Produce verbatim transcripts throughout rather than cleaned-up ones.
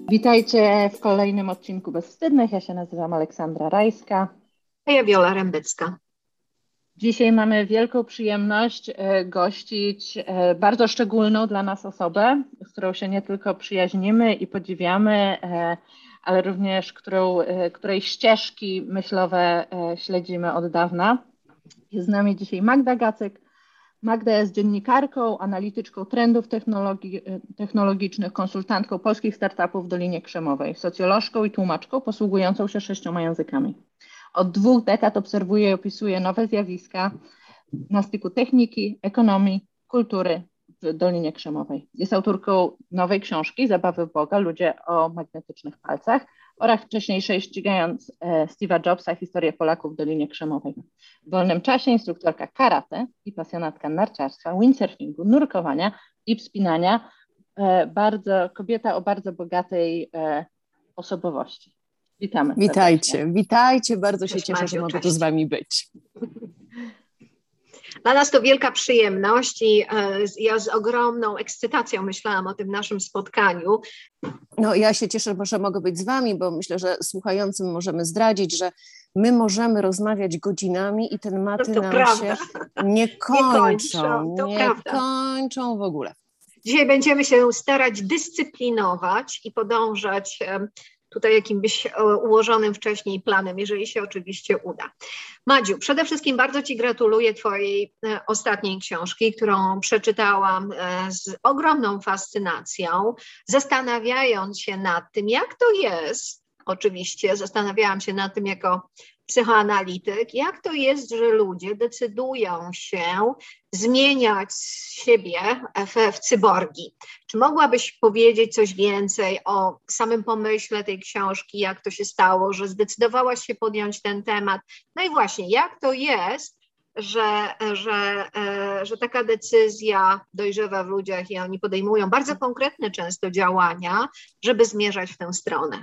Witajcie w kolejnym odcinku Bezwstydnych. Ja się nazywam Aleksandra Rajska. A ja Wiola Rembecka. Dzisiaj mamy wielką przyjemność e, gościć e, bardzo szczególną dla nas osobę, z którą się nie tylko przyjaźnimy i podziwiamy, e, ale również którą, e, której ścieżki myślowe e, śledzimy od dawna. Jest z nami dzisiaj Magda Gacek. Magda jest dziennikarką, analityczką trendów technologii, technologicznych, konsultantką polskich startupów w Dolinie Krzemowej, socjolożką i tłumaczką posługującą się sześcioma językami. Od dwóch dekad obserwuje i opisuje nowe zjawiska na styku techniki, ekonomii, kultury w Dolinie Krzemowej. Jest autorką nowej książki Zabawy w Boga, ludzie o magnetycznych palcach oraz wcześniejszej ścigając e, Steve'a Jobsa historię Polaków w Dolinie Krzemowej. W wolnym czasie instruktorka karate i pasjonatka narciarstwa, windsurfingu, nurkowania i wspinania. E, bardzo, kobieta o bardzo bogatej e, osobowości. Witamy. Witajcie, serdecznie. witajcie. Bardzo się Cześć, cieszę, Madziu, że mogę cześć. tu z wami być. Dla nas to wielka przyjemność i e, ja z ogromną ekscytacją myślałam o tym naszym spotkaniu. No ja się cieszę, że mogę być z wami, bo myślę, że słuchającym możemy zdradzić, że my możemy rozmawiać godzinami i tematy To nam prawda. się nie kończą, Nie kończą, to nie prawda. kończą w ogóle. Dzisiaj będziemy się starać dyscyplinować i podążać e, tutaj jakimś e, ułożonym wcześniej planem, jeżeli się oczywiście uda. Madziu, przede wszystkim bardzo Ci gratuluję Twojej e, ostatniej książki, którą przeczytałam e, z ogromną fascynacją, zastanawiając się nad tym, jak to jest, oczywiście zastanawiałam się nad tym jako psychoanalityk, jak to jest, że ludzie decydują się zmieniać siebie w, w cyborgi. Czy mogłabyś powiedzieć coś więcej o samym pomyśle tej książki, jak to się stało, że zdecydowałaś się podjąć ten temat? No i właśnie, jak to jest, że, że, że taka decyzja dojrzewa w ludziach i oni podejmują bardzo konkretne często działania, żeby zmierzać w tę stronę?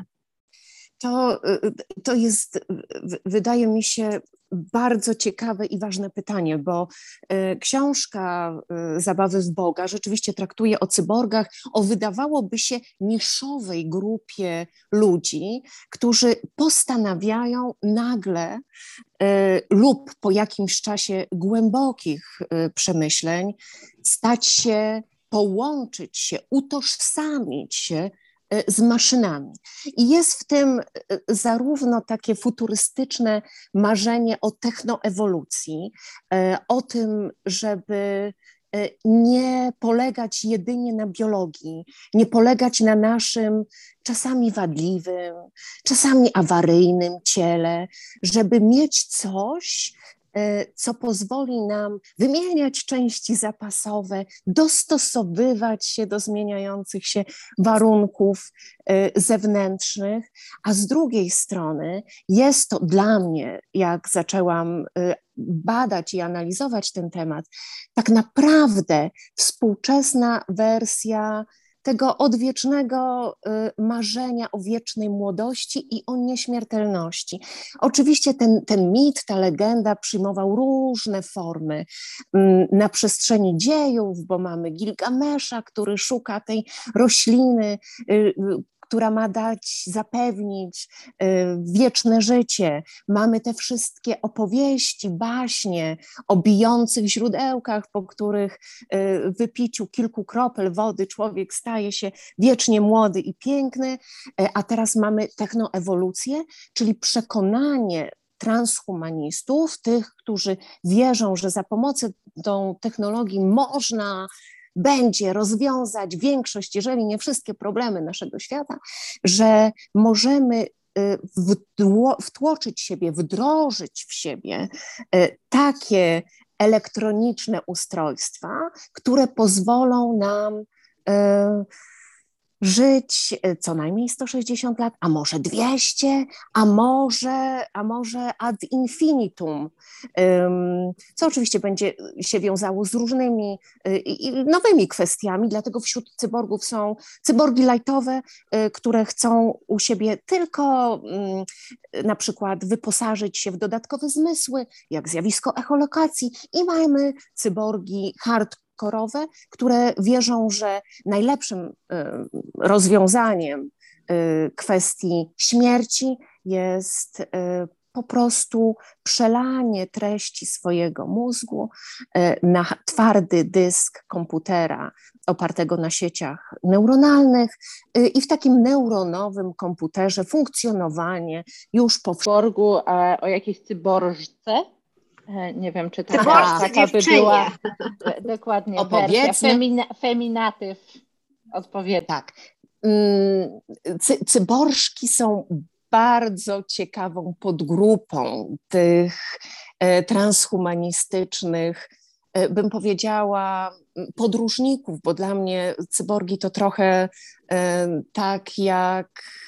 To, to jest, wydaje mi się, bardzo ciekawe i ważne pytanie, bo książka Zabawy w Boga rzeczywiście traktuje o cyborgach, o wydawałoby się niszowej grupie ludzi, którzy postanawiają nagle lub po jakimś czasie głębokich przemyśleń stać się, połączyć się, utożsamić się z maszynami. I jest w tym zarówno takie futurystyczne marzenie o technoewolucji, o tym, żeby nie polegać jedynie na biologii, nie polegać na naszym czasami wadliwym, czasami awaryjnym ciele, żeby mieć coś, co pozwoli nam wymieniać części zapasowe, dostosowywać się do zmieniających się warunków zewnętrznych, a z drugiej strony jest to dla mnie, jak zaczęłam badać i analizować ten temat, tak naprawdę współczesna wersja tego odwiecznego marzenia o wiecznej młodości i o nieśmiertelności. Oczywiście ten, ten mit, ta legenda przyjmował różne formy na przestrzeni dziejów, bo mamy Gilgamesza, który szuka tej rośliny, która ma dać, zapewnić y, wieczne życie. Mamy te wszystkie opowieści, baśnie o bijących źródełkach, po których y, wypiciu kilku kropel wody człowiek staje się wiecznie młody i piękny, y, a teraz mamy technoewolucję, czyli przekonanie transhumanistów, tych, którzy wierzą, że za pomocą tą technologii można będzie rozwiązać większość, jeżeli nie wszystkie problemy naszego świata, że możemy wtłoczyć siebie, wdrożyć w siebie takie elektroniczne ustrojstwa, które pozwolą nam żyć co najmniej sto sześćdziesiąt lat, a może dwieście, a może, a może ad infinitum, co oczywiście będzie się wiązało z różnymi nowymi kwestiami, dlatego wśród cyborgów są cyborgi lightowe, które chcą u siebie tylko na przykład wyposażyć się w dodatkowe zmysły, jak zjawisko echolokacji, i mamy cyborgi hard korowe, które wierzą, że najlepszym rozwiązaniem kwestii śmierci jest po prostu przelanie treści swojego mózgu na twardy dysk komputera opartego na sieciach neuronalnych i w takim neuronowym komputerze funkcjonowanie już po cyborgu, a o jakiejś cyborżce. Nie wiem, czy taka, Cyborżce, taka by była dokładnie Opowiedzmy. wersja, femina, feminatyw odpowiedni. Tak. Cy, cyborżki są bardzo ciekawą podgrupą tych transhumanistycznych, bym powiedziała, podróżników, bo dla mnie cyborgi to trochę tak jak...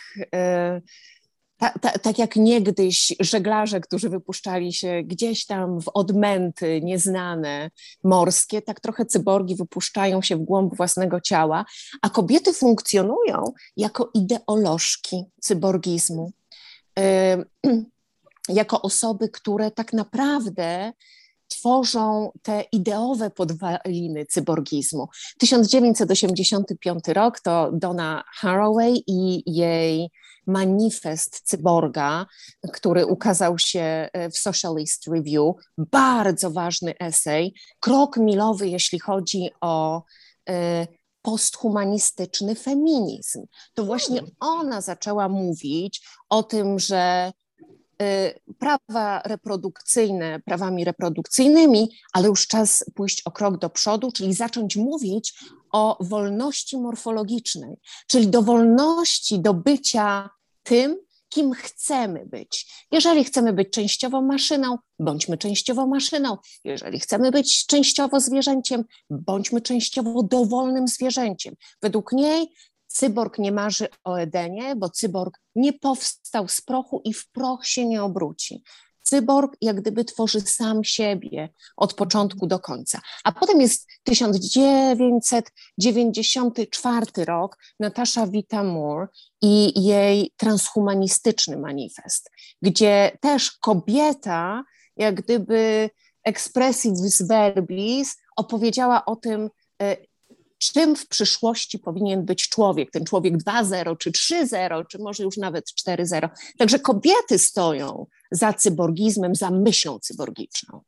Ta, ta, tak jak niegdyś żeglarze, którzy wypuszczali się gdzieś tam w odmęty nieznane morskie, tak trochę cyborgi wypuszczają się w głąb własnego ciała, a kobiety funkcjonują jako ideolożki cyborgizmu, yy, jako osoby, które tak naprawdę tworzą te ideowe podwaliny cyborgizmu. tysiąc dziewięćset osiemdziesiąty piąty rok to Donna Haraway i jej manifest cyborga, który ukazał się w Socialist Review. Bardzo ważny esej, krok milowy, jeśli chodzi o y, posthumanistyczny feminizm. To właśnie ona zaczęła mówić o tym, że prawa reprodukcyjne prawami reprodukcyjnymi, ale już czas pójść o krok do przodu, czyli zacząć mówić o wolności morfologicznej, czyli do wolności do bycia tym, kim chcemy być. Jeżeli chcemy być częściowo maszyną, bądźmy częściowo maszyną. Jeżeli chcemy być częściowo zwierzęciem, bądźmy częściowo dowolnym zwierzęciem. Według niej cyborg nie marzy o Edenie, bo cyborg nie powstał z prochu i w proch się nie obróci. Cyborg jak gdyby tworzy sam siebie od początku do końca. A potem jest tysiąc dziewięćset dziewięćdziesiąty czwarty rok, Natasha Vita-More i jej transhumanistyczny manifest, gdzie też kobieta jak gdyby expressis verbis opowiedziała o tym, czym w przyszłości powinien być człowiek, ten człowiek dwa zero, czy trzy zero, czy może już nawet cztery zero. Także kobiety stoją za cyborgizmem, za myślą cyborgiczną.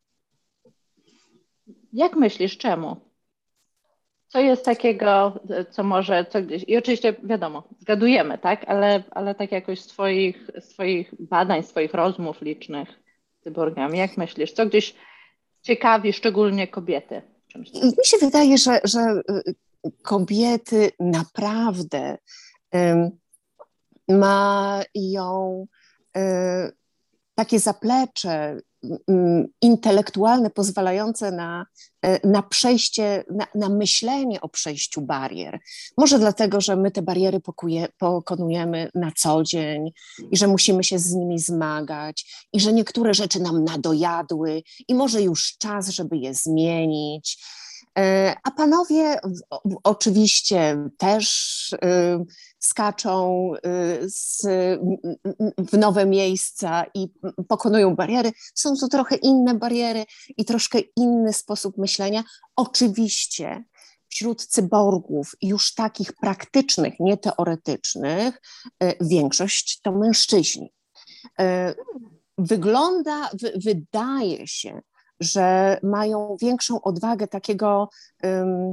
Jak myślisz, czemu? Co jest takiego, co może, co gdzieś, i oczywiście wiadomo, zgadujemy, tak, ale, ale tak jakoś z twoich, z twoich badań, z twoich rozmów licznych z cyborgami, jak myślisz, co gdzieś ciekawi szczególnie kobiety? Mi się wydaje, że, że kobiety naprawdę um, mają um, takie zaplecze um, intelektualne pozwalające na, na przejście, na, na myślenie o przejściu barier. Może dlatego, że my te bariery pokuje, pokonujemy na co dzień i że musimy się z nimi zmagać i że niektóre rzeczy nam nadojadły i może już czas, żeby je zmienić. A panowie oczywiście też skaczą z, w nowe miejsca i pokonują bariery. Są to trochę inne bariery i troszkę inny sposób myślenia. Oczywiście wśród cyborgów już takich praktycznych, nie teoretycznych, większość to mężczyźni. Wygląda, wydaje się, że mają większą odwagę takiego um,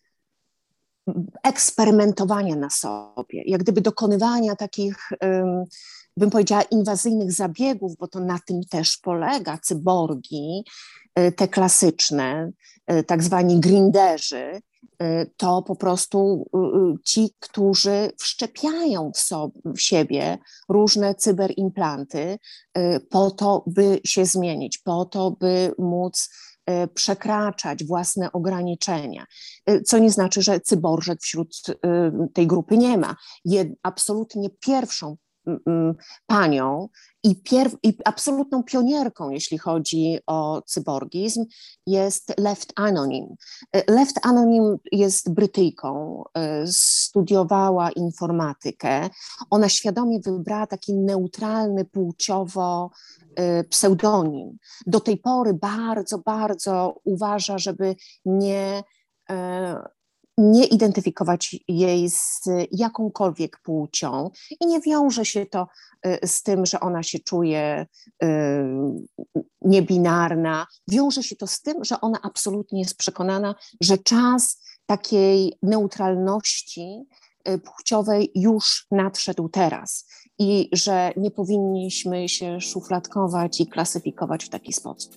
eksperymentowania na sobie, jak gdyby dokonywania takich, um, bym powiedziała, inwazyjnych zabiegów, bo to na tym też polega. Cyborgi, te klasyczne, tak zwani grinderzy, to po prostu ci, którzy wszczepiają w, sobie, w siebie różne cyberimplanty po to, by się zmienić, po to, by móc przekraczać własne ograniczenia, co nie znaczy, że cyborżek wśród tej grupy nie ma. Jed, absolutnie pierwszą panią i, pierw, i absolutną pionierką, jeśli chodzi o cyborgizm, jest Left Anonym. Left Anonym jest Brytyjką, studiowała informatykę. Ona świadomie wybrała taki neutralny płciowo pseudonim. Do tej pory bardzo, bardzo uważa, żeby nie nie identyfikować jej z jakąkolwiek płcią i nie wiąże się to z tym, że ona się czuje niebinarna. Wiąże się to z tym, że ona absolutnie jest przekonana, że czas takiej neutralności płciowej już nadszedł teraz i że nie powinniśmy się szufladkować i klasyfikować w taki sposób.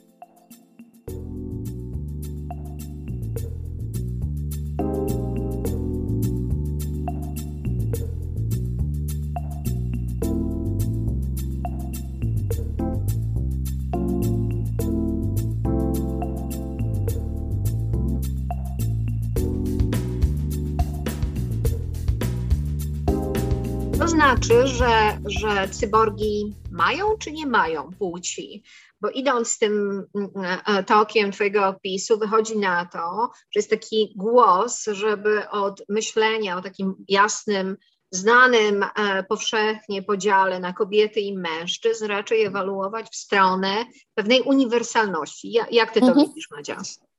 To znaczy, że, że cyborgi mają czy nie mają płci? Bo idąc tym tokiem twojego opisu, wychodzi na to, że jest taki głos, żeby od myślenia o takim jasnym, znanym powszechnie podziale na kobiety i mężczyzn raczej ewaluować w stronę pewnej uniwersalności. Jak ty to mhm. widzisz, Madzia?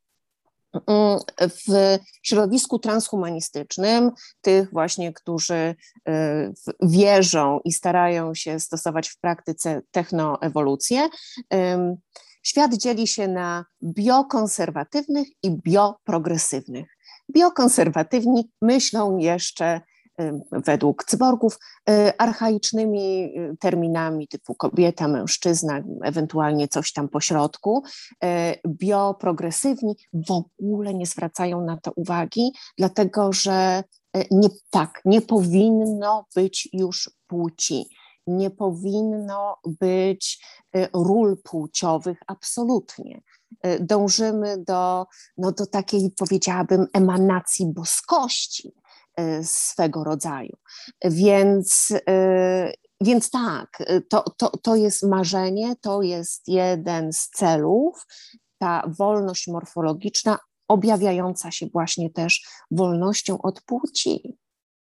W środowisku transhumanistycznym, tych właśnie, którzy wierzą i starają się stosować w praktyce technoewolucję, świat dzieli się na biokonserwatywnych i bioprogresywnych. Biokonserwatywni myślą jeszcze według cyborgów archaicznymi terminami typu kobieta, mężczyzna, ewentualnie coś tam pośrodku. Bioprogresywni w ogóle nie zwracają na to uwagi, dlatego że nie, tak, nie powinno być już płci. Nie powinno być ról płciowych absolutnie. Dążymy do, no, do takiej, powiedziałabym, emanacji boskości swego rodzaju. Więc, więc tak, to, to, to jest marzenie, to jest jeden z celów, ta wolność morfologiczna objawiająca się właśnie też wolnością od płci.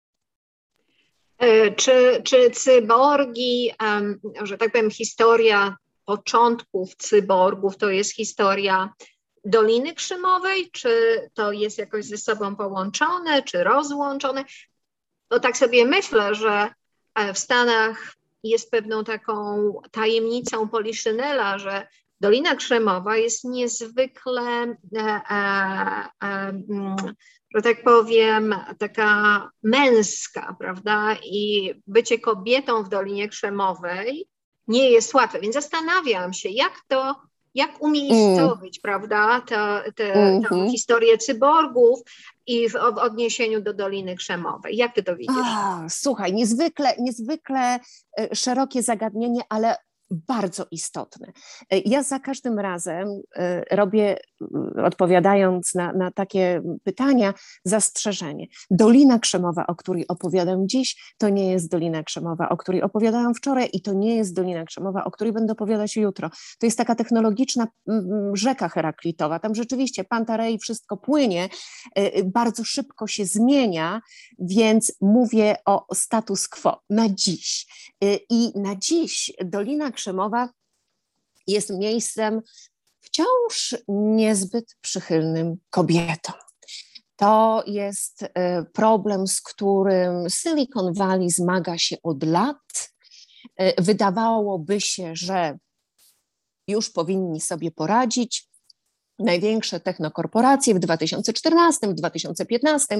Czy, czy cyborgi, um, że tak powiem, historia początków cyborgów to jest historia Doliny Krzemowej, czy to jest jakoś ze sobą połączone, czy rozłączone? Bo tak sobie myślę, że w Stanach jest pewną taką tajemnicą Poliszynela, że Dolina Krzemowa jest niezwykle, e, e, e, że tak powiem, taka męska, prawda? I bycie kobietą w Dolinie Krzemowej nie jest łatwe. Więc zastanawiam się, jak to Jak umiejscowić, mm. prawda, tę mm-hmm. historię cyborgów i w, w odniesieniu do Doliny Krzemowej. Jak ty to widzisz? A, słuchaj, niezwykle, niezwykle szerokie zagadnienie, ale bardzo istotne. Ja za każdym razem robię, odpowiadając na, na takie pytania, zastrzeżenie. Dolina Krzemowa, o której opowiadam dziś, to nie jest Dolina Krzemowa, o której opowiadałam wczoraj i to nie jest Dolina Krzemowa, o której będę opowiadać jutro. To jest taka technologiczna rzeka heraklitowa. Tam rzeczywiście Pantarei wszystko płynie, bardzo szybko się zmienia, więc mówię o status quo na dziś. I na dziś Dolina Krzemowa jest miejscem wciąż niezbyt przychylnym kobietom. To jest problem, z którym Silicon Valley zmaga się od lat. Wydawałoby się, że już powinni sobie poradzić. Największe technokorporacje w dwa tysiące czternastym, w dwa tysiące piętnastym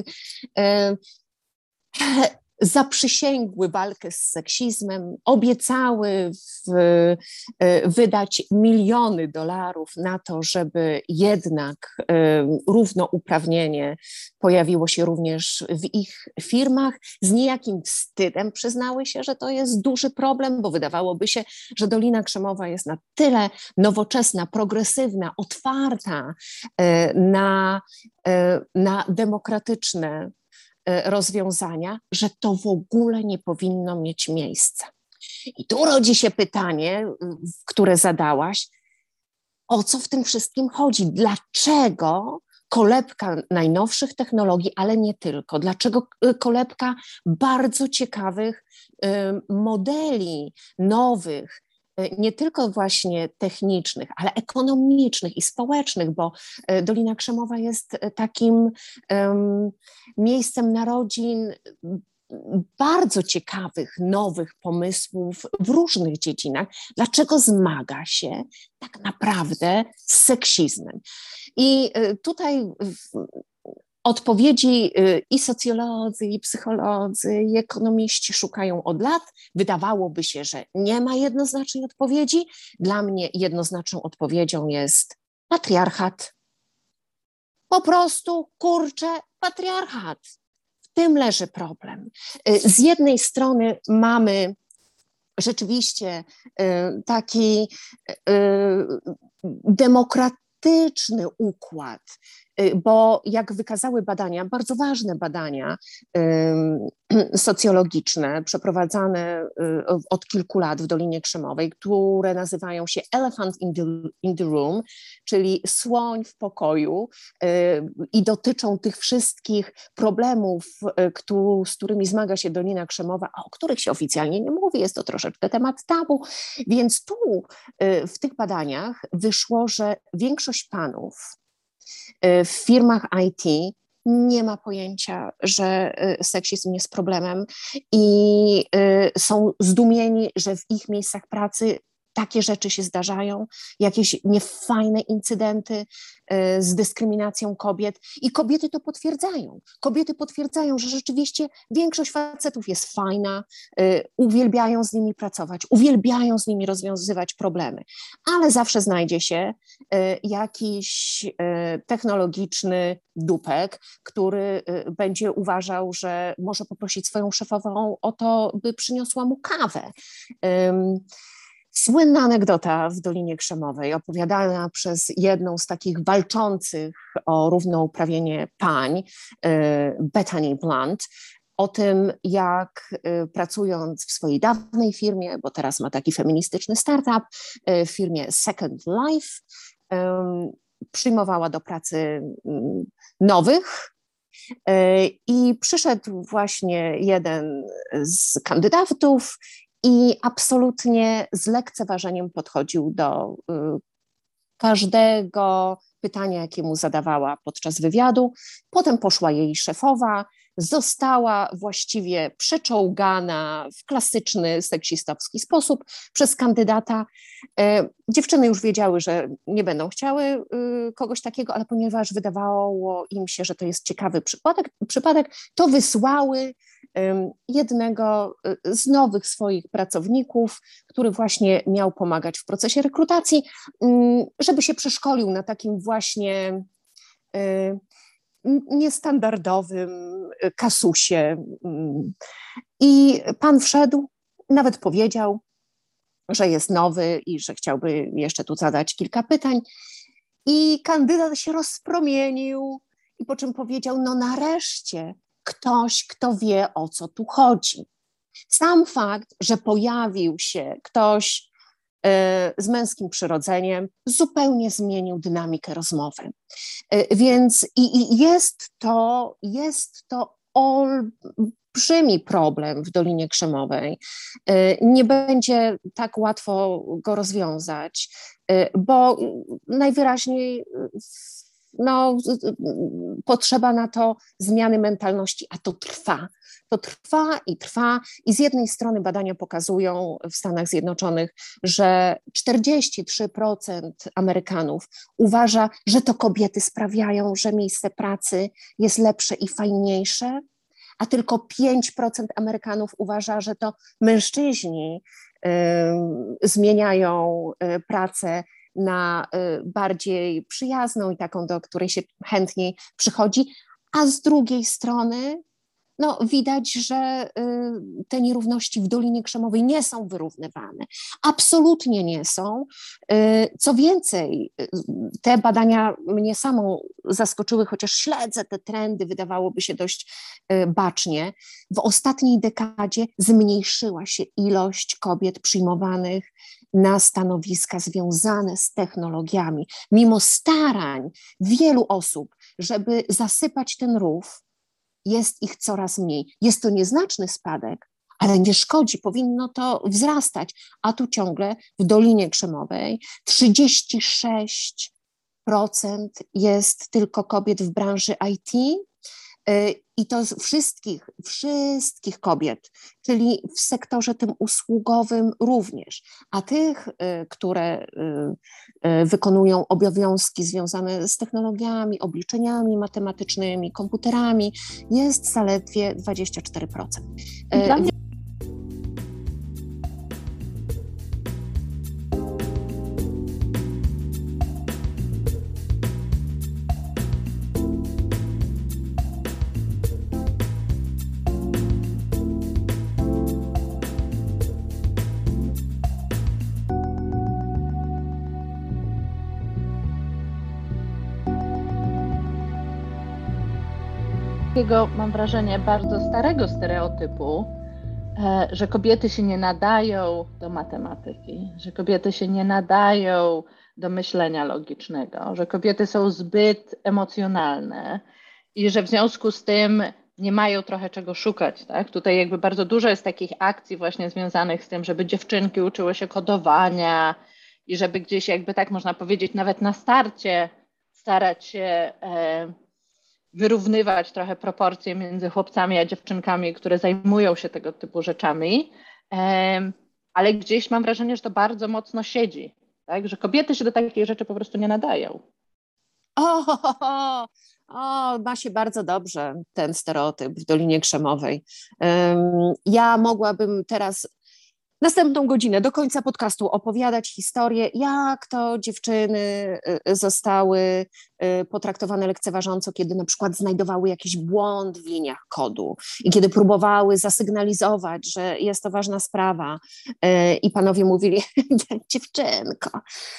zaprzysięgły walkę z seksizmem, obiecały w, wydać miliony dolarów na to, żeby jednak równouprawnienie pojawiło się również w ich firmach. Z niejakim wstydem przyznały się, że to jest duży problem, bo wydawałoby się, że Dolina Krzemowa jest na tyle nowoczesna, progresywna, otwarta na, na demokratyczne rozwiązania, że to w ogóle nie powinno mieć miejsca. I tu rodzi się pytanie, które zadałaś, o co w tym wszystkim chodzi? Dlaczego kolebka najnowszych technologii, ale nie tylko? Dlaczego kolebka bardzo ciekawych modeli, nowych, nie tylko właśnie technicznych, ale ekonomicznych i społecznych, bo Dolina Krzemowa jest takim um, miejscem narodzin bardzo ciekawych, nowych pomysłów w różnych dziedzinach. Dlaczego zmaga się tak naprawdę z seksizmem? I tutaj odpowiedzi i socjolodzy, i psycholodzy, i ekonomiści szukają od lat. Wydawałoby się, że nie ma jednoznacznej odpowiedzi. Dla mnie jednoznaczną odpowiedzią jest patriarchat. Po prostu, kurczę, patriarchat. W tym leży problem. Z jednej strony mamy rzeczywiście taki demokratyczny układ, bo jak wykazały badania, bardzo ważne badania socjologiczne przeprowadzane od kilku lat w Dolinie Krzemowej, które nazywają się Elephant in the, in the Room, czyli słoń w pokoju, i dotyczą tych wszystkich problemów, z którymi zmaga się Dolina Krzemowa, a o których się oficjalnie nie mówi, jest to troszeczkę temat tabu. Więc tu w tych badaniach wyszło, że większość panów w firmach I T nie ma pojęcia, że seksizm jest problemem i są zdumieni, że w ich miejscach pracy takie rzeczy się zdarzają, jakieś niefajne incydenty z dyskryminacją kobiet i kobiety to potwierdzają. Kobiety potwierdzają, że rzeczywiście większość facetów jest fajna, uwielbiają z nimi pracować, uwielbiają z nimi rozwiązywać problemy, ale zawsze znajdzie się jakiś technologiczny dupek, który będzie uważał, że może poprosić swoją szefową o to, by przyniosła mu kawę. Słynna anegdota w Dolinie Krzemowej, opowiadana przez jedną z takich walczących o równouprawnienie pań, Bethany Blunt, o tym, jak pracując w swojej dawnej firmie, bo teraz ma taki feministyczny startup, w firmie Second Life, przyjmowała do pracy nowych. I przyszedł właśnie jeden z kandydatów i absolutnie z lekceważeniem podchodził do każdego pytania, jakie mu zadawała podczas wywiadu. Potem poszła jej szefowa, została właściwie przeczołgana w klasyczny seksistowski sposób przez kandydata. Dziewczyny już wiedziały, że nie będą chciały kogoś takiego, ale ponieważ wydawało im się, że to jest ciekawy przypadek, przypadek to wysłały jednego z nowych swoich pracowników, który właśnie miał pomagać w procesie rekrutacji, żeby się przeszkolił na takim właśnie niestandardowym kasusie. I pan wszedł, nawet powiedział, że jest nowy i że chciałby jeszcze tu zadać kilka pytań. I kandydat się rozpromienił i po czym powiedział, no nareszcie ktoś, kto wie, o co tu chodzi. Sam fakt, że pojawił się ktoś z męskim przyrodzeniem, zupełnie zmienił dynamikę rozmowy. Więc i, i jest to, jest to olbrzymi problem w Dolinie Krzemowej. Nie będzie tak łatwo go rozwiązać, bo najwyraźniej no, potrzeba na to zmiany mentalności, a to trwa. To trwa i trwa i z jednej strony badania pokazują w Stanach Zjednoczonych, że czterdzieści trzy procent Amerykanów uważa, że to kobiety sprawiają, że miejsce pracy jest lepsze i fajniejsze, a tylko pięć procent Amerykanów uważa, że to mężczyźni y, zmieniają y, pracę na y, bardziej przyjazną i taką, do której się chętniej przychodzi, a z drugiej strony no, widać, że y, te nierówności w Dolinie Krzemowej nie są wyrównywane. Absolutnie nie są. Y, co więcej, y, te badania mnie samą zaskoczyły, chociaż śledzę te trendy, wydawałoby się dość y, bacznie. W ostatniej dekadzie zmniejszyła się ilość kobiet przyjmowanych na stanowiska związane z technologiami. Mimo starań wielu osób, żeby zasypać ten rów, jest ich coraz mniej. Jest to nieznaczny spadek, ale nie szkodzi, powinno to wzrastać, a tu ciągle w Dolinie Krzemowej trzydzieści sześć procent jest tylko kobiet w branży I T i to z wszystkich, wszystkich kobiet, czyli w sektorze tym usługowym również, a tych, które wykonują obowiązki związane z technologiami, obliczeniami matematycznymi, komputerami, jest zaledwie dwadzieścia cztery procent. Dla mnie takiego, mam wrażenie, bardzo starego stereotypu, że kobiety się nie nadają do matematyki, że kobiety się nie nadają do myślenia logicznego, że kobiety są zbyt emocjonalne i że w związku z tym nie mają trochę czego szukać. Tak? Tutaj jakby bardzo dużo jest takich akcji właśnie związanych z tym, żeby dziewczynki uczyły się kodowania i żeby gdzieś jakby tak można powiedzieć nawet na starcie starać się e, wyrównywać trochę proporcje między chłopcami a dziewczynkami, które zajmują się tego typu rzeczami, ale gdzieś mam wrażenie, że to bardzo mocno siedzi, tak? Że kobiety się do takich rzeczy po prostu nie nadają. O, o, o, o, ma się bardzo dobrze ten stereotyp w Dolinie Krzemowej. Um, ja mogłabym teraz następną godzinę do końca podcastu opowiadać historię, jak to dziewczyny zostały potraktowane lekceważąco, kiedy na przykład znajdowały jakiś błąd w liniach kodu i kiedy próbowały zasygnalizować, że jest to ważna sprawa i panowie mówili, dziewczynko,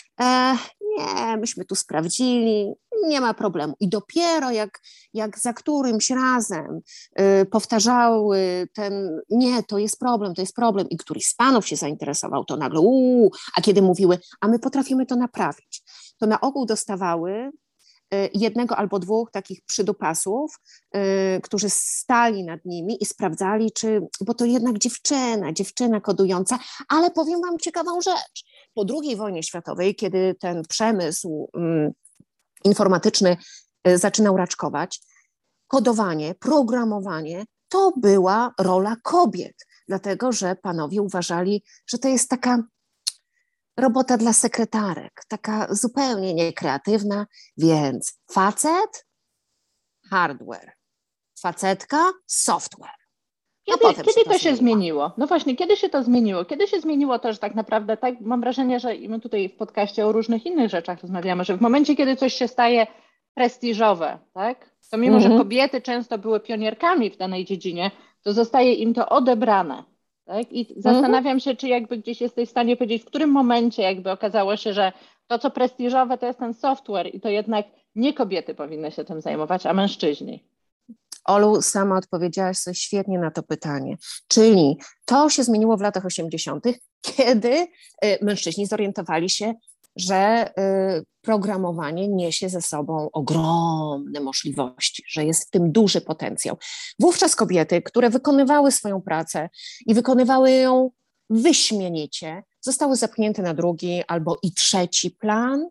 nie, myśmy tu sprawdzili, nie ma problemu. I dopiero jak, jak za którymś razem powtarzały ten, nie, to jest problem, to jest problem i któryś z panów się zainteresował, to nagle uuu, a kiedy mówiły, a my potrafimy to naprawić, to na ogół dostawały jednego albo dwóch takich przydupasów, y, którzy stali nad nimi i sprawdzali, czy, bo to jednak dziewczyna, dziewczyna kodująca, ale powiem wam ciekawą rzecz. Po drugiej wojnie światowej, kiedy ten przemysł y, informatyczny y, zaczynał raczkować, kodowanie, programowanie to była rola kobiet, dlatego że panowie uważali, że to jest taka robota dla sekretarek, taka zupełnie niekreatywna, więc facet, hardware, facetka, software. Kiedy, kiedy się to, to się zmieniło? No właśnie, kiedy się to zmieniło? Kiedy się zmieniło to, że tak naprawdę, tak mam wrażenie, że my tutaj w podcaście o różnych innych rzeczach rozmawiamy, że w momencie, kiedy coś się staje prestiżowe, tak, to mimo, mm-hmm. że kobiety często były pionierkami w danej dziedzinie, to zostaje im to odebrane. Tak? I zastanawiam się, czy jakby gdzieś jesteś w stanie powiedzieć, w którym momencie jakby okazało się, że to, co prestiżowe, to jest ten software i to jednak nie kobiety powinny się tym zajmować, a mężczyźni. Olu, sama odpowiedziałaś sobie świetnie na to pytanie. Czyli to się zmieniło w latach osiemdziesiątych, kiedy mężczyźni zorientowali się, że programowanie niesie ze sobą ogromne możliwości, że jest w tym duży potencjał. Wówczas kobiety, które wykonywały swoją pracę i wykonywały ją wyśmienicie, zostały zepchnięte na drugi albo i trzeci plan,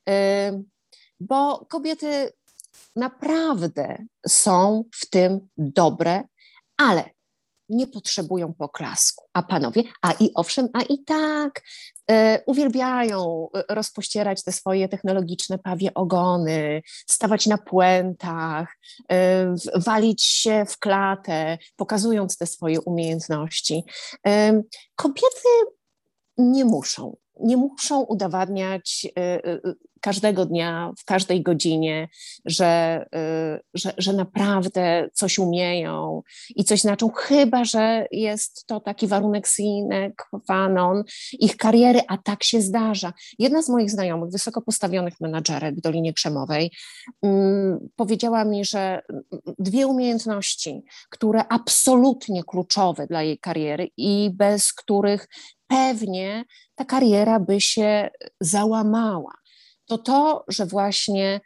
bo kobiety naprawdę są w tym dobre, ale nie potrzebują poklasku, a panowie, a i owszem, a i tak e, uwielbiają rozpościerać te swoje technologiczne pawie ogony, stawać na puentach, e, walić się w klatę, pokazując te swoje umiejętności. E, kobiety nie muszą, nie muszą udowadniać y, y, każdego dnia, w każdej godzinie, że, y, że, że naprawdę coś umieją i coś znaczą, chyba że jest to taki warunek sine qua non ich kariery, a tak się zdarza. Jedna z moich znajomych, wysoko postawionych menadżerek w Dolinie Krzemowej, y, powiedziała mi, że dwie umiejętności, które absolutnie kluczowe dla jej kariery i bez których pewnie ta kariera by się załamała. To to, że właśnie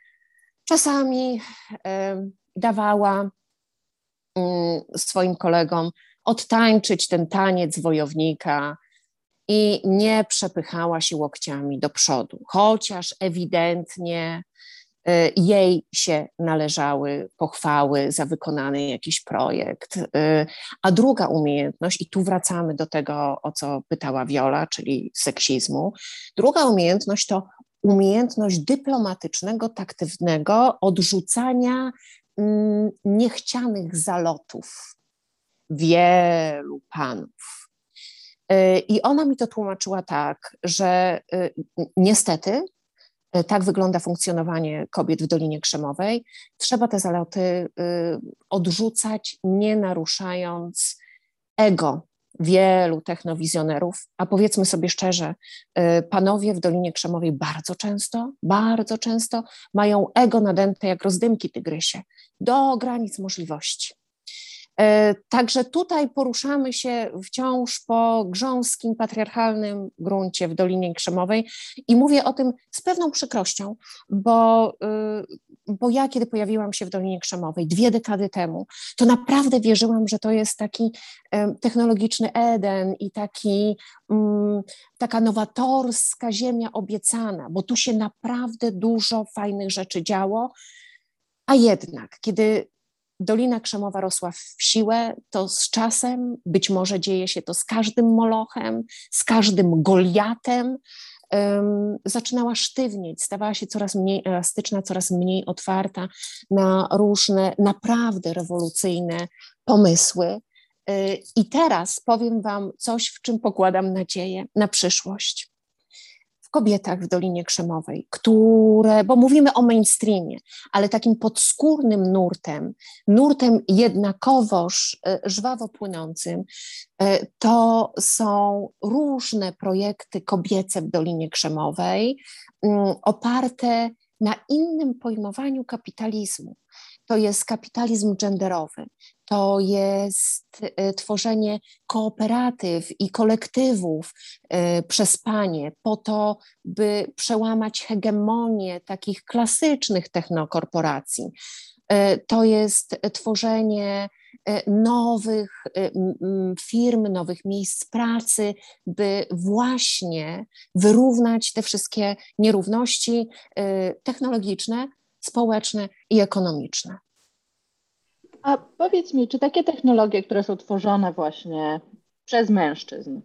czasami e, dawała mm, swoim kolegom odtańczyć ten taniec wojownika i nie przepychała się łokciami do przodu, chociaż ewidentnie jej się należały pochwały za wykonany jakiś projekt. A druga umiejętność, i tu wracamy do tego, o co pytała Viola, czyli seksizmu, druga umiejętność to umiejętność dyplomatycznego, taktywnego odrzucania mm, niechcianych zalotów wielu panów. I ona mi to tłumaczyła tak, że niestety tak wygląda funkcjonowanie kobiet w Dolinie Krzemowej. Trzeba te zaloty odrzucać, nie naruszając ego wielu technowizjonerów, a powiedzmy sobie szczerze, panowie w Dolinie Krzemowej bardzo często, bardzo często mają ego nadęte jak rozdymki tygrysie, do granic możliwości. Także tutaj poruszamy się wciąż po grząskim, patriarchalnym gruncie w Dolinie Krzemowej i mówię o tym z pewną przykrością, bo, bo ja kiedy pojawiłam się w Dolinie Krzemowej dwie dekady temu, to naprawdę wierzyłam, że to jest taki technologiczny Eden i taki, taka nowatorska ziemia obiecana, bo tu się naprawdę dużo fajnych rzeczy działo, a jednak kiedy Dolina Krzemowa rosła w siłę, to z czasem, być może dzieje się to z każdym molochem, z każdym Goliatem, um, zaczynała sztywnieć, stawała się coraz mniej elastyczna, coraz mniej otwarta na różne naprawdę rewolucyjne pomysły. I teraz powiem wam coś, w czym pokładam nadzieję na przyszłość. W kobietach w Dolinie Krzemowej, które, bo mówimy o mainstreamie, ale takim podskórnym nurtem, nurtem jednakowoż żwawo płynącym, to są różne projekty kobiece w Dolinie Krzemowej, oparte na innym pojmowaniu kapitalizmu. To jest kapitalizm genderowy, to jest tworzenie kooperatyw i kolektywów przez panie po to, by przełamać hegemonię takich klasycznych technokorporacji. To jest tworzenie nowych firm, nowych miejsc pracy, by właśnie wyrównać te wszystkie nierówności technologiczne, społeczne i ekonomiczne. A powiedz mi, czy takie technologie, które są tworzone właśnie przez mężczyzn,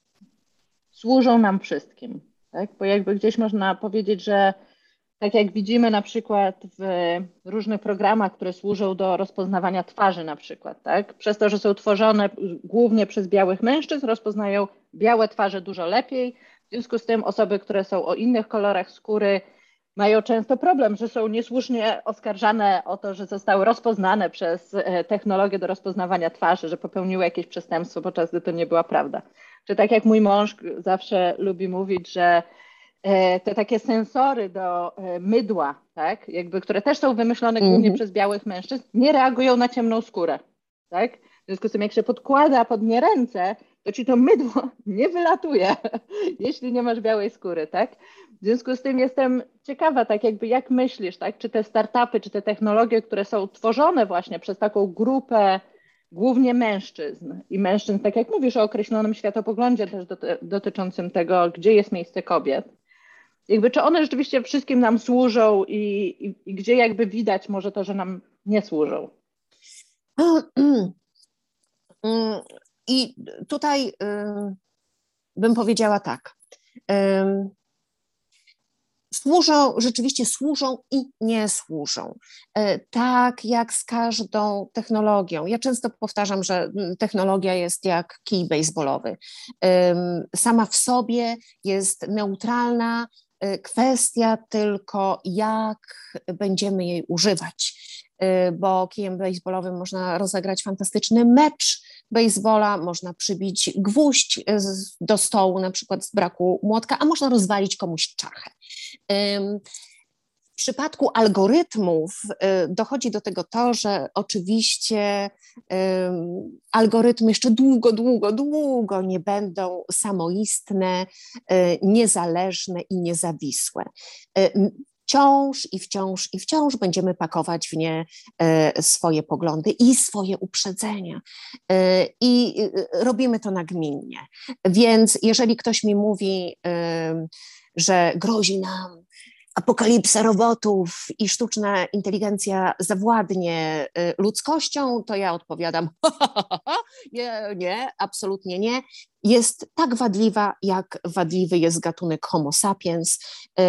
służą nam wszystkim, tak? Bo jakby gdzieś można powiedzieć, że tak jak widzimy na przykład w różnych programach, które służą do rozpoznawania twarzy na przykład, tak? Przez to, że są tworzone głównie przez białych mężczyzn, rozpoznają białe twarze dużo lepiej. W związku z tym osoby, które są o innych kolorach skóry, mają często problem, że są niesłusznie oskarżane o to, że zostały rozpoznane przez technologię do rozpoznawania twarzy, że popełniły jakieś przestępstwo, podczas gdy to nie była prawda. Czy tak jak mój mąż zawsze lubi mówić, że te takie sensory do mydła, tak, jakby, które też są wymyślone mm-hmm. głównie przez białych mężczyzn, nie reagują na ciemną skórę. Tak? W związku z tym, jak się podkłada pod nie ręce, to ci to mydło nie wylatuje, jeśli nie masz białej skóry, tak? W związku z tym jestem ciekawa, tak jakby jak myślisz, tak? Czy te startupy, czy te technologie, które są tworzone właśnie przez taką grupę głównie mężczyzn i mężczyzn, tak jak mówisz o określonym światopoglądzie też doty- dotyczącym tego, gdzie jest miejsce kobiet, jakby czy one rzeczywiście wszystkim nam służą i, i, i gdzie jakby widać może to, że nam nie służą? I tutaj bym powiedziała tak. Służą, rzeczywiście służą i nie służą. Tak jak z każdą technologią. Ja często powtarzam, że technologia jest jak kij baseballowy. Sama w sobie jest neutralna, kwestia tylko jak będziemy jej używać, bo kijem baseballowym można rozegrać fantastyczny mecz baseballa, można przybić gwóźdź do stołu na przykład z braku młotka, a można rozwalić komuś czachę. W przypadku algorytmów dochodzi do tego to, że oczywiście algorytmy jeszcze długo, długo, długo nie będą samoistne, niezależne i niezawisłe. wciąż i wciąż i wciąż będziemy pakować w nie swoje poglądy i swoje uprzedzenia. I robimy to nagminnie. Więc jeżeli ktoś mi mówi, że grozi nam apokalipsa robotów i sztuczna inteligencja zawładnie ludzkością, to ja odpowiadam, nie, nie, absolutnie nie. Jest tak wadliwa, jak wadliwy jest gatunek Homo sapiens.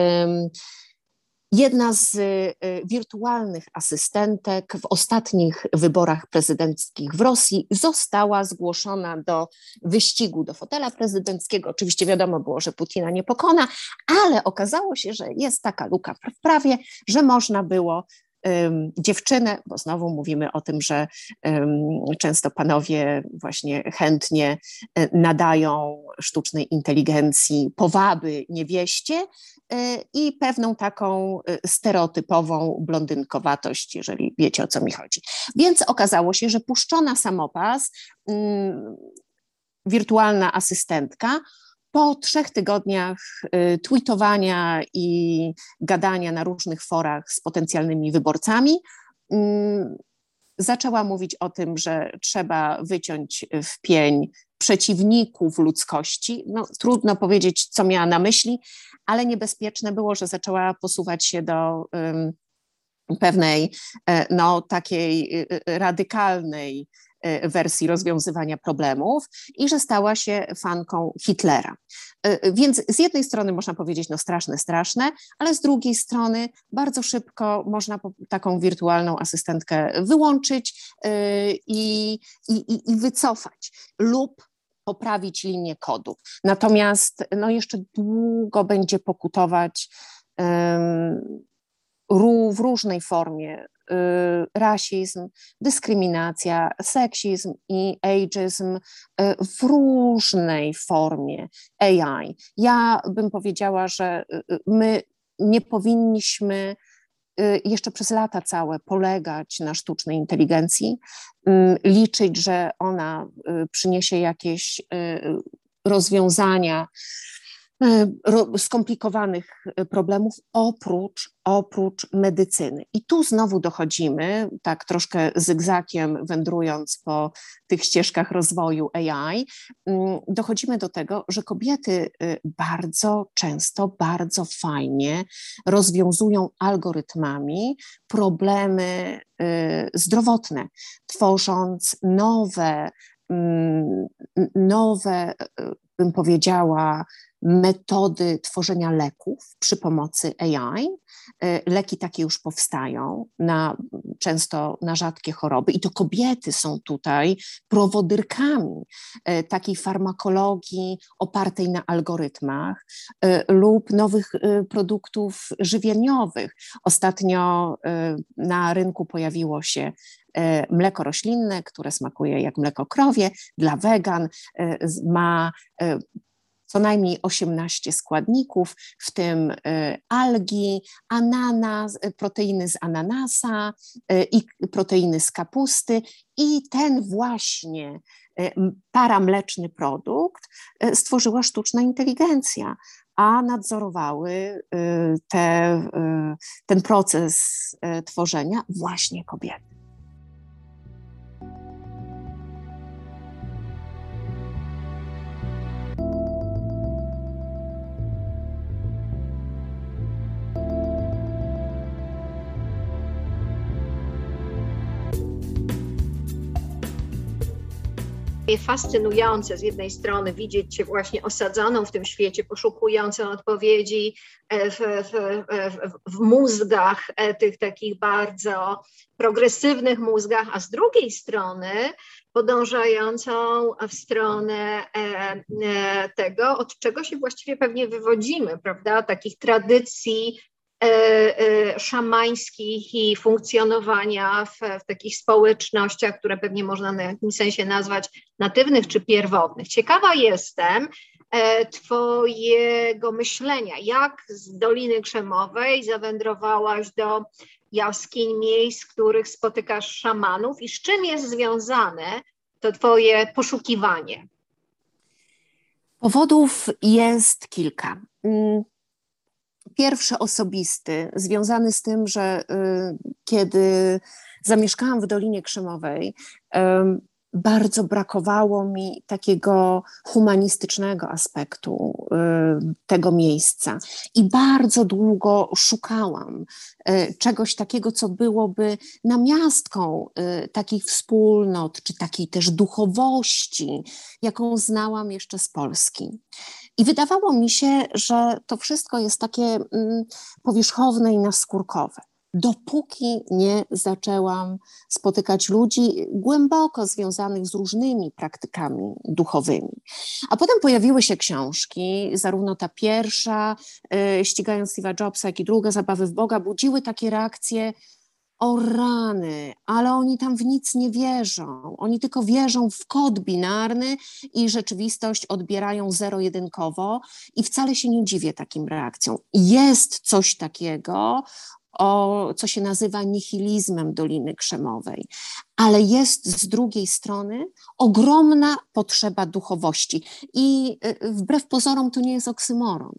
Jedna z wirtualnych asystentek w ostatnich wyborach prezydenckich w Rosji została zgłoszona do wyścigu do fotela prezydenckiego. Oczywiście wiadomo było, że Putina nie pokona, ale okazało się, że jest taka luka w prawie, że można było um, dziewczynę, bo znowu mówimy o tym, że um, często panowie właśnie chętnie nadają sztucznej inteligencji powaby niewieście, i pewną taką stereotypową blondynkowatość, jeżeli wiecie, o co mi chodzi. Więc okazało się, że puszczona samopas, mm, wirtualna asystentka, po trzech tygodniach y, tweetowania i gadania na różnych forach z potencjalnymi wyborcami, y, zaczęła mówić o tym, że trzeba wyciąć w pień przeciwników ludzkości. No, trudno powiedzieć, co miała na myśli, ale niebezpieczne było, że zaczęła posuwać się do um, pewnej no, takiej radykalnej wersji rozwiązywania problemów i że stała się fanką Hitlera. Więc z jednej strony można powiedzieć, no straszne, straszne, ale z drugiej strony bardzo szybko można taką wirtualną asystentkę wyłączyć i, i, i wycofać lub poprawić linię kodu. Natomiast no, jeszcze długo będzie pokutować um, w różnej formie y, rasizm, dyskryminacja, seksizm i ageism y, w różnej formie A I. Ja bym powiedziała, że y, my nie powinniśmy y, jeszcze przez lata całe polegać na sztucznej inteligencji, y, liczyć, że ona y, przyniesie jakieś y, rozwiązania skomplikowanych problemów oprócz, oprócz medycyny. I tu znowu dochodzimy, tak troszkę zygzakiem wędrując po tych ścieżkach rozwoju A I, dochodzimy do tego, że kobiety bardzo często, bardzo fajnie rozwiązują algorytmami problemy zdrowotne, tworząc nowe, nowe, bym powiedziała, metody tworzenia leków przy pomocy A I. Leki takie już powstają, na, często na rzadkie choroby i to kobiety są tutaj prowodyrkami takiej farmakologii opartej na algorytmach lub nowych produktów żywieniowych. Ostatnio na rynku pojawiło się mleko roślinne, które smakuje jak mleko krowie, dla wegan, ma co najmniej osiemnaście składników, w tym algi, ananas, proteiny z ananasa i proteiny z kapusty i ten właśnie paramleczny produkt stworzyła sztuczna inteligencja, a nadzorowały te, ten proces tworzenia właśnie kobiety. Fascynujące z jednej strony widzieć Cię właśnie osadzoną w tym świecie, poszukującą odpowiedzi w, w, w, w mózgach, tych takich bardzo progresywnych mózgach, a z drugiej strony podążającą w stronę tego, od czego się właściwie pewnie wywodzimy, prawda, takich tradycji szamańskich i funkcjonowania w, w takich społecznościach, które pewnie można w jakimś sensie nazwać natywnych czy pierwotnych. Ciekawa jestem e, Twojego myślenia, jak z Doliny Krzemowej zawędrowałaś do jaskiń, miejsc, w których spotykasz szamanów i z czym jest związane to Twoje pierwszy osobisty, związany z tym, że kiedy zamieszkałam w Dolinie Krzemowej, bardzo brakowało mi takiego humanistycznego aspektu tego miejsca i bardzo długo szukałam czegoś takiego, co byłoby namiastką takich wspólnot, czy takiej też duchowości, jaką znałam jeszcze z Polski. I wydawało mi się, że to wszystko jest takie powierzchowne i naskórkowe. Dopóki nie zaczęłam spotykać ludzi głęboko związanych z różnymi praktykami duchowymi. A potem pojawiły się książki, zarówno ta pierwsza, Ścigając Steve'a Jobsa, jak i druga, Zabawy w Boga, budziły takie reakcje: o rany, ale oni tam w nic nie wierzą. Oni tylko wierzą w kod binarny i rzeczywistość odbierają zero-jedynkowo i wcale się nie dziwię takim reakcjom. Jest coś takiego, o, co się nazywa nihilizmem Doliny Krzemowej, ale jest z drugiej strony ogromna potrzeba duchowości i wbrew pozorom to nie jest oksymoron.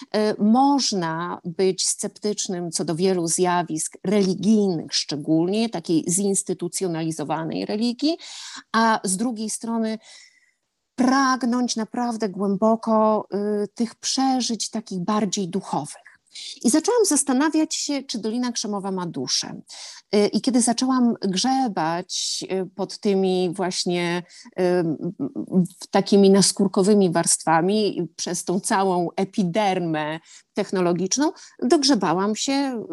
Można być sceptycznym co do wielu zjawisk religijnych, szczególnie takiej zinstytucjonalizowanej religii, a z drugiej strony pragnąć naprawdę głęboko tych przeżyć takich bardziej duchowych. I zaczęłam zastanawiać się, czy Dolina Krzemowa ma duszę. I kiedy zaczęłam grzebać pod tymi właśnie takimi naskórkowymi warstwami, przez tą całą epidermę technologiczną, dogrzebałam się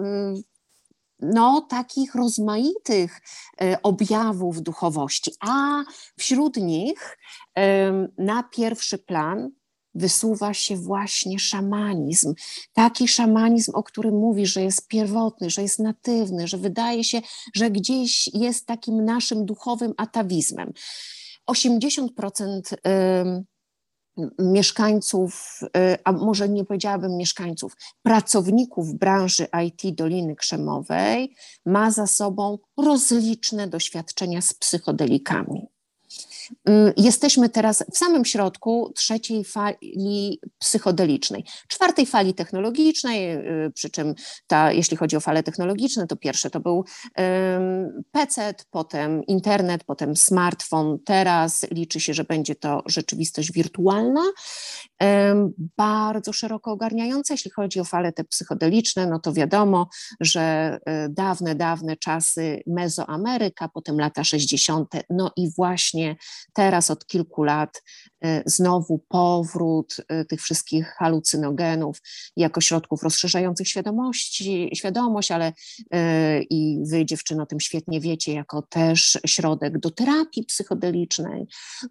no, takich rozmaitych objawów duchowości, a wśród nich na pierwszy plan wysuwa się właśnie szamanizm. Taki szamanizm, o którym mówi, że jest pierwotny, że jest natywny, że wydaje się, że gdzieś jest takim naszym duchowym atawizmem. osiemdziesiąt procent mieszkańców, a może nie powiedziałabym mieszkańców, pracowników branży I T Doliny Krzemowej ma za sobą rozliczne doświadczenia z psychodelikami. Jesteśmy teraz w samym środku trzeciej fali psychodelicznej, czwartej fali technologicznej, przy czym ta, jeśli chodzi o fale technologiczne, to pierwsze to był P C, potem internet, potem smartfon, teraz liczy się, że będzie to rzeczywistość wirtualna, bardzo szeroko ogarniająca. Jeśli chodzi o fale te psychodeliczne, no to wiadomo, że dawne, dawne czasy Mezoameryka, potem lata sześćdziesiąte, no i właśnie teraz od kilku lat znowu powrót tych wszystkich halucynogenów jako środków rozszerzających świadomości, świadomość, ale i wy, dziewczyno, o tym świetnie wiecie, jako też środek do terapii psychodelicznej.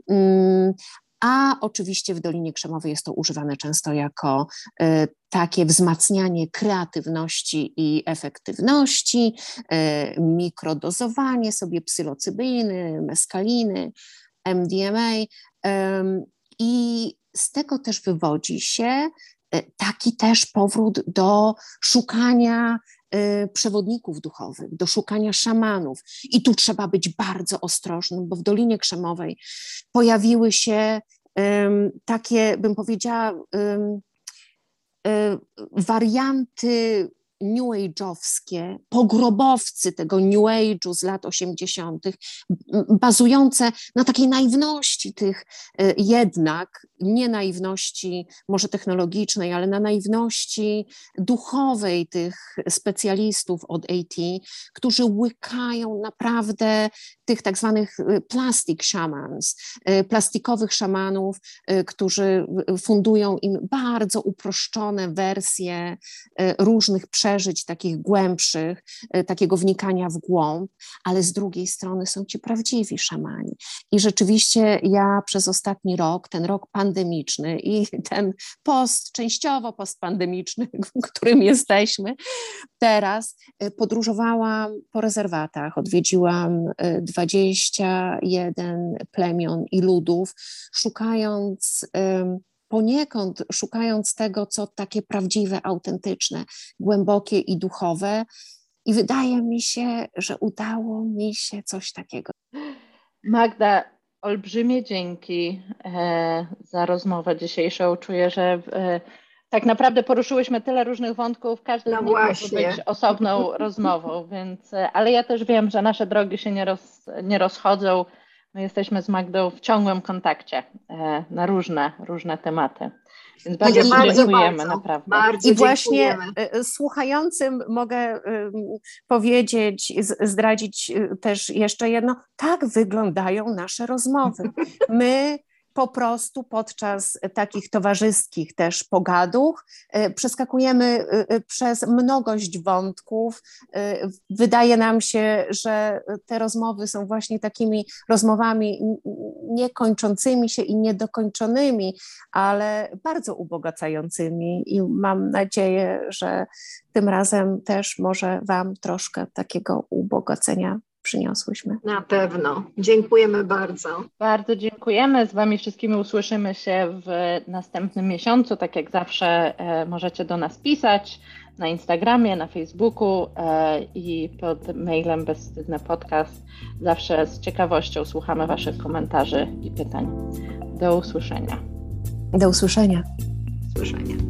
A oczywiście w Dolinie Krzemowej jest to używane często jako y, takie wzmacnianie kreatywności i efektywności, y, mikrodozowanie sobie psylocybiny, meskaliny, M D M A y, i z tego też wywodzi się y, taki też powrót do szukania przewodników duchowych, do szukania szamanów. I tu trzeba być bardzo ostrożnym, bo w Dolinie Krzemowej pojawiły się um, takie, bym powiedziała, um, um, warianty new age'owskie, pogrobowcy tego new age'u z lat osiemdziesiątych, bazujące na takiej naiwności tych jednak, nie naiwności może technologicznej, ale na naiwności duchowej tych specjalistów od A T, którzy łykają naprawdę tych tak zwanych plastic shamans, plastikowych szamanów, którzy fundują im bardzo uproszczone wersje różnych przeżyć, takich głębszych, takiego wnikania w głąb, ale z drugiej strony są ci prawdziwi szamani. I rzeczywiście ja przez ostatni rok, ten rok pandemiczny i ten post, częściowo postpandemiczny, w którym jesteśmy teraz, podróżowałam po rezerwatach, odwiedziłam dwadzieścia jeden plemion i ludów, szukając poniekąd szukając tego, co takie prawdziwe, autentyczne, głębokie i duchowe. I wydaje mi się, że udało mi się coś takiego. Magda, olbrzymie dzięki e, za rozmowę dzisiejszą. Czuję, że e, Tak naprawdę poruszyłyśmy tyle różnych wątków, każdy No z nich właśnie. mógłby być osobną rozmową, więc, ale ja też wiem, że nasze drogi się nie, roz, nie rozchodzą. My jesteśmy z Magdą w ciągłym kontakcie e, na różne, różne tematy. Więc bardzo Ci bardzo, dziękujemy, bardzo, naprawdę. bardzo I właśnie dziękujemy. y, słuchającym mogę y, powiedzieć, z- zdradzić y, też jeszcze jedno, tak wyglądają nasze rozmowy. My po prostu podczas takich towarzyskich też pogaduch y, przeskakujemy y, y, przez mnogość wątków. Y, Wydaje nam się, że te rozmowy są właśnie takimi rozmowami n- niekończącymi się i niedokończonymi, ale bardzo ubogacającymi i mam nadzieję, że tym razem też może Wam troszkę takiego ubogacenia przyniosłyśmy. Na pewno. Dziękujemy bardzo. Bardzo dziękujemy. Z Wami wszystkimi usłyszymy się w następnym miesiącu. Tak jak zawsze e, możecie do nas pisać na Instagramie, na Facebooku e, i pod mailem Bezwstydny Podcast. Zawsze z ciekawością słuchamy Waszych komentarzy i pytań. Do usłyszenia. Do usłyszenia. Do usłyszenia.